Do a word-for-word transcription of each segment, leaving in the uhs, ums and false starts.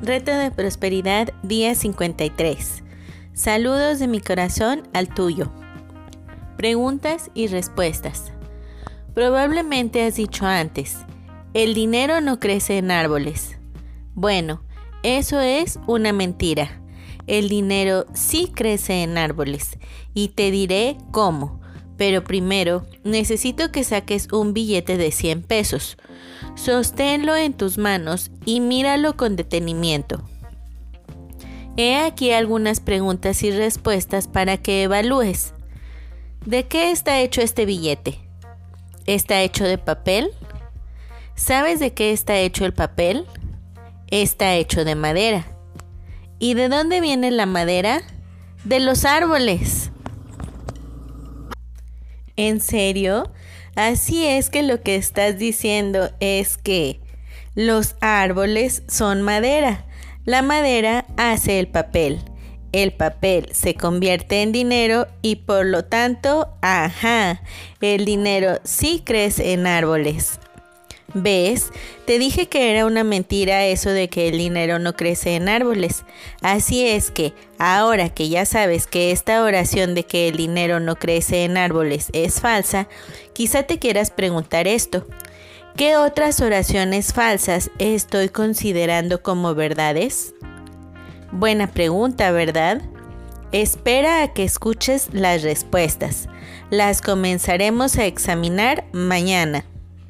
Reto de prosperidad, día cincuenta y tres. Saludos de mi corazón al tuyo. Preguntas y respuestas. Probablemente has dicho antes, el dinero no crece en árboles. Bueno, eso es una mentira. El dinero sí crece en árboles y te diré cómo. Pero primero necesito que saques un billete de cien pesos. Sosténlo en tus manos y míralo con detenimiento. He aquí algunas preguntas y respuestas para que evalúes. ¿De qué está hecho este billete? ¿Está hecho de papel? ¿Sabes de qué está hecho el papel? Está hecho de madera. ¿Y de dónde viene la madera? De los árboles. ¿En serio? Así es que lo que estás diciendo es que los árboles son madera. La madera hace el papel. El papel se convierte en dinero y por lo tanto, ajá, el dinero sí crece en árboles. ¿Ves? Te dije que era una mentira eso de que el dinero no crece en árboles. Así es que, ahora que ya sabes que esta oración de que el dinero no crece en árboles es falsa, quizá te quieras preguntar esto. ¿Qué otras oraciones falsas estoy considerando como verdades? Buena pregunta, ¿verdad? Espera a que escuches las respuestas. Las comenzaremos a examinar mañana.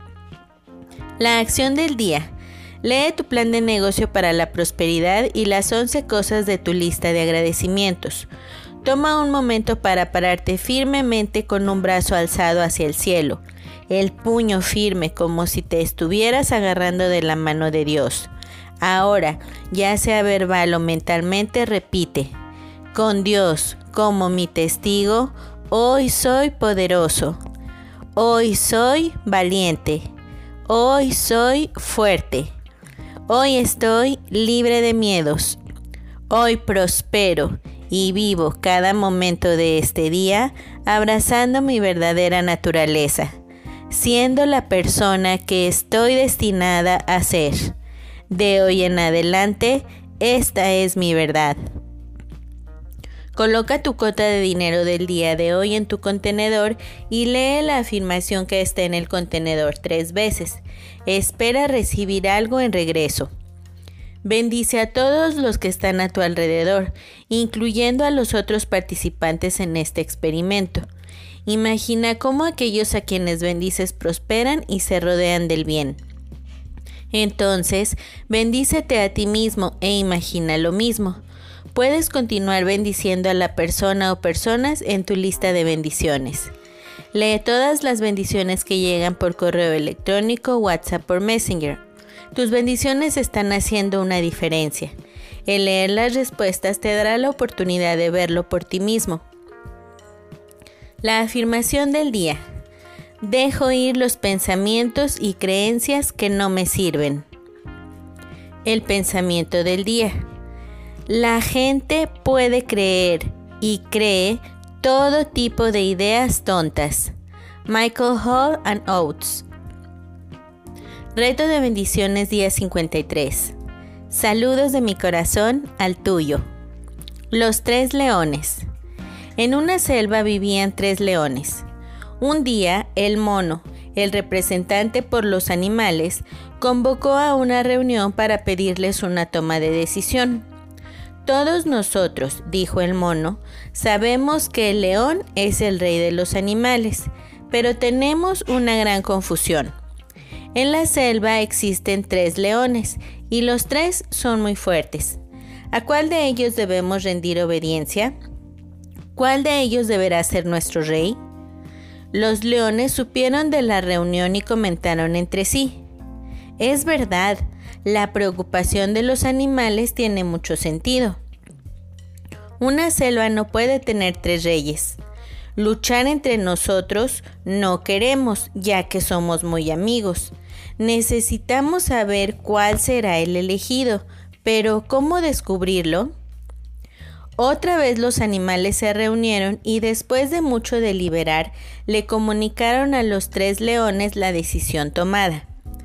La acción del día. Lee tu plan de negocio para la prosperidad y las once cosas de tu lista de agradecimientos. Toma un momento para pararte firmemente con un brazo alzado hacia el cielo, el puño firme como si te estuvieras agarrando de la mano de Dios. Ahora, ya sea verbal o mentalmente, repite: con Dios como mi testigo, hoy soy poderoso, hoy soy valiente. Hoy soy fuerte. Hoy estoy libre de miedos. Hoy prospero y vivo cada momento de este día abrazando mi verdadera naturaleza, siendo la persona que estoy destinada a ser. De hoy en adelante, esta es mi verdad. Coloca tu cuota de dinero del día de hoy en tu contenedor y lee la afirmación que está en el contenedor tres veces. Espera recibir algo en regreso. Bendice a todos los que están a tu alrededor, incluyendo a los otros participantes en este experimento. Imagina cómo aquellos a quienes bendices prosperan y se rodean del bien. Entonces, bendícete a ti mismo e imagina lo mismo. Puedes continuar bendiciendo a la persona o personas en tu lista de bendiciones. Lee todas las bendiciones que llegan por correo electrónico, WhatsApp o Messenger. Tus bendiciones están haciendo una diferencia. El leer las respuestas te dará la oportunidad de verlo por ti mismo. La afirmación del día. Dejo ir los pensamientos y creencias que no me sirven. El pensamiento del día. La gente puede creer y cree todo tipo de ideas tontas. Michael Hall and Oates. Reto de bendiciones día cincuenta y tres. Saludos de mi corazón al tuyo. Los tres leones. En una selva vivían tres leones. Un día, el mono, el representante por los animales, convocó a una reunión para pedirles una toma de decisión. Todos nosotros, dijo el mono, sabemos que el león es el rey de los animales, pero tenemos una gran confusión. En la selva existen tres leones y los tres son muy fuertes. ¿A cuál de ellos debemos rendir obediencia? ¿Cuál de ellos deberá ser nuestro rey? Los leones supieron de la reunión y comentaron entre sí: es verdad, la preocupación de los animales tiene mucho sentido. Una selva no puede tener tres reyes. Luchar entre nosotros no queremos, ya que somos muy amigos. Necesitamos saber cuál será el elegido, pero ¿cómo descubrirlo? Otra vez los animales se reunieron y después de mucho deliberar, le comunicaron a los tres leones la decisión tomada.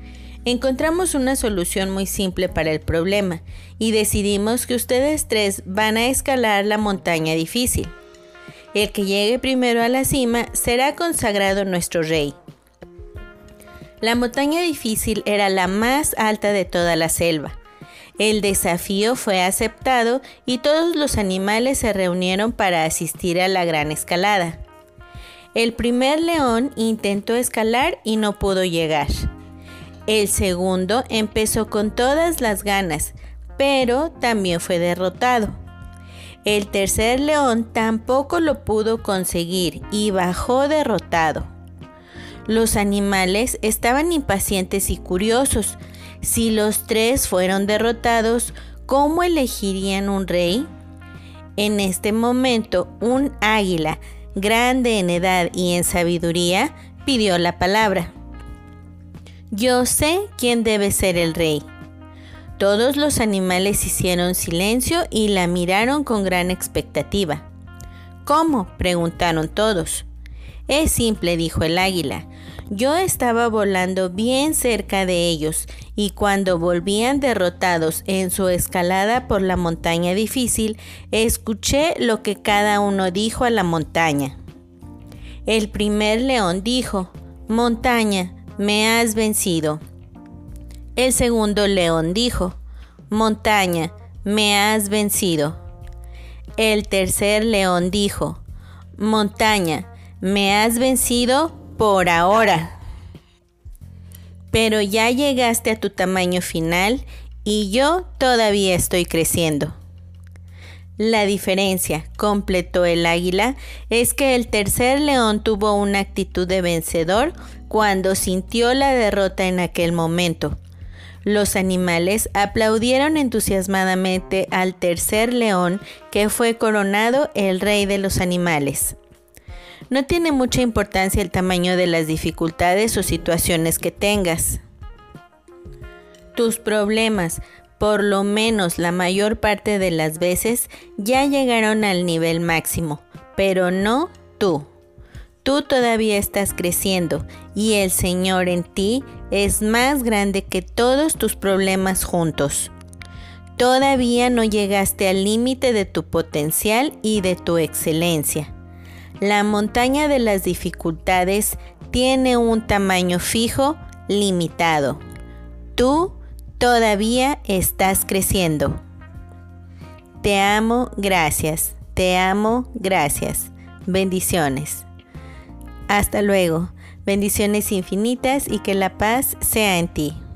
Encontramos una solución muy simple para el problema y decidimos que ustedes tres van a escalar la montaña difícil. El que llegue primero a la cima será consagrado nuestro rey. La montaña difícil era la más alta de toda la selva. El desafío fue aceptado y todos los animales se reunieron para asistir a la gran escalada. El primer león intentó escalar y no pudo llegar. El segundo empezó con todas las ganas, pero también fue derrotado. El tercer león tampoco lo pudo conseguir y bajó derrotado. Los animales estaban impacientes y curiosos. Si los tres fueron derrotados, ¿cómo elegirían un rey? En este momento, un águila, grande en edad y en sabiduría, pidió la palabra. Yo sé quién debe ser el rey. Todos los animales hicieron silencio y la miraron con gran expectativa. ¿Cómo?, preguntaron todos. Es simple, dijo el águila. Yo estaba volando bien cerca de ellos y cuando volvían derrotados en su escalada por la montaña difícil, escuché lo que cada uno dijo a la montaña. El primer león dijo: Montaña, me has vencido. El segundo león dijo: Montaña, me has vencido. El tercer león dijo: Montaña, me has vencido por ahora. Pero ya llegaste a tu tamaño final y yo todavía estoy creciendo. La diferencia, completó el águila, es que el tercer león tuvo una actitud de vencedor cuando sintió la derrota en aquel momento. Los animales aplaudieron entusiasmadamente al tercer león, que fue coronado el rey de los animales. No tiene mucha importancia el tamaño de las dificultades o situaciones que tengas. Tus problemas, por lo menos la mayor parte de las veces, ya llegaron al nivel máximo, pero no tú. Tú todavía estás creciendo y el Señor en ti es más grande que todos tus problemas juntos. Todavía no llegaste al límite de tu potencial y de tu excelencia. La montaña de las dificultades tiene un tamaño fijo, limitado. Tú todavía estás creciendo. Te amo, gracias. Te amo, gracias. Bendiciones. Hasta luego. Bendiciones infinitas y que la paz sea en ti.